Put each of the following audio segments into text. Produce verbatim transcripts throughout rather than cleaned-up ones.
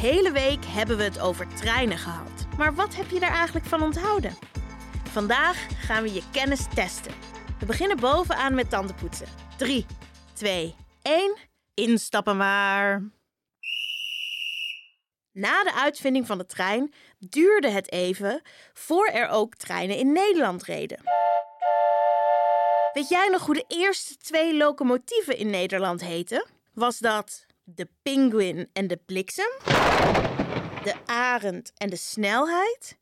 hele week hebben we het over treinen gehad. Maar wat heb je daar eigenlijk van onthouden? Vandaag gaan we je kennis testen. We beginnen bovenaan met tandenpoetsen. drie, twee, één. Instappen maar. Na de uitvinding van de trein duurde het even voor er ook treinen in Nederland reden. Weet jij nog hoe de eerste twee locomotieven in Nederland heten? Was dat de Pinguïn en de Bliksem? De Arend en de Snelheid?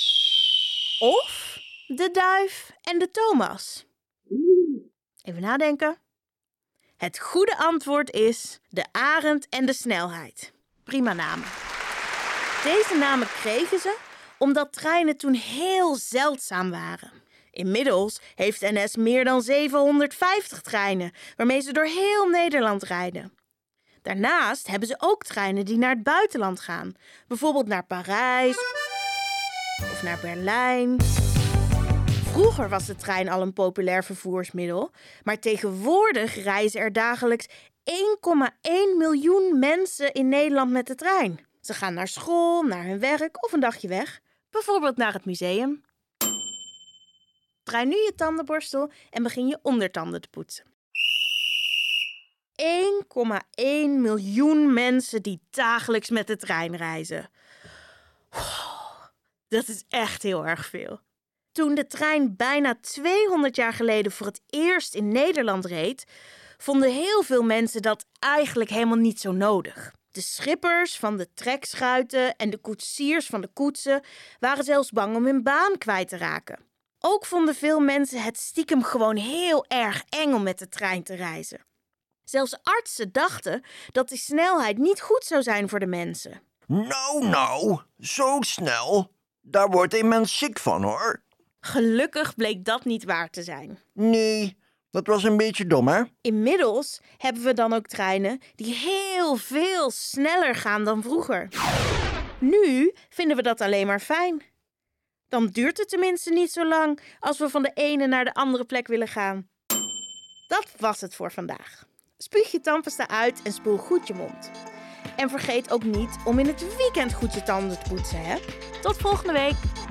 Of de Duif en de Thomas? Even nadenken. Het goede antwoord is de Arend en de Snelheid. Prima namen. Deze namen kregen ze omdat treinen toen heel zeldzaam waren. Inmiddels heeft N S meer dan zevenhonderdvijftig treinen, waarmee ze door heel Nederland rijden. Daarnaast hebben ze ook treinen die naar het buitenland gaan. Bijvoorbeeld naar Parijs of naar Berlijn. Vroeger was de trein al een populair vervoersmiddel, maar tegenwoordig reizen er dagelijks één komma één miljoen mensen in Nederland met de trein. Ze gaan naar school, naar hun werk of een dagje weg, bijvoorbeeld naar het museum. Draai nu je tandenborstel en begin je ondertanden te poetsen. één komma één miljoen mensen die dagelijks met de trein reizen. Wow, dat is echt heel erg veel. Toen de trein bijna tweehonderd jaar geleden voor het eerst in Nederland reed, vonden heel veel mensen dat eigenlijk helemaal niet zo nodig. De schippers van de trekschuiten en de koetsiers van de koetsen waren zelfs bang om hun baan kwijt te raken. Ook vonden veel mensen het stiekem gewoon heel erg eng om met de trein te reizen. Zelfs artsen dachten dat die snelheid niet goed zou zijn voor de mensen. Nou, nou, zo snel. Daar wordt een mens ziek van, hoor. Gelukkig bleek dat niet waar te zijn. Nee, dat was een beetje dom, hè? Inmiddels hebben we dan ook treinen die heel veel sneller gaan dan vroeger. Nu vinden we dat alleen maar fijn. Dan duurt het tenminste niet zo lang als we van de ene naar de andere plek willen gaan. Dat was het voor vandaag. Spuug je tandpasta uit en spoel goed je mond. En vergeet ook niet om in het weekend goed je tanden te poetsen, hè? Tot volgende week!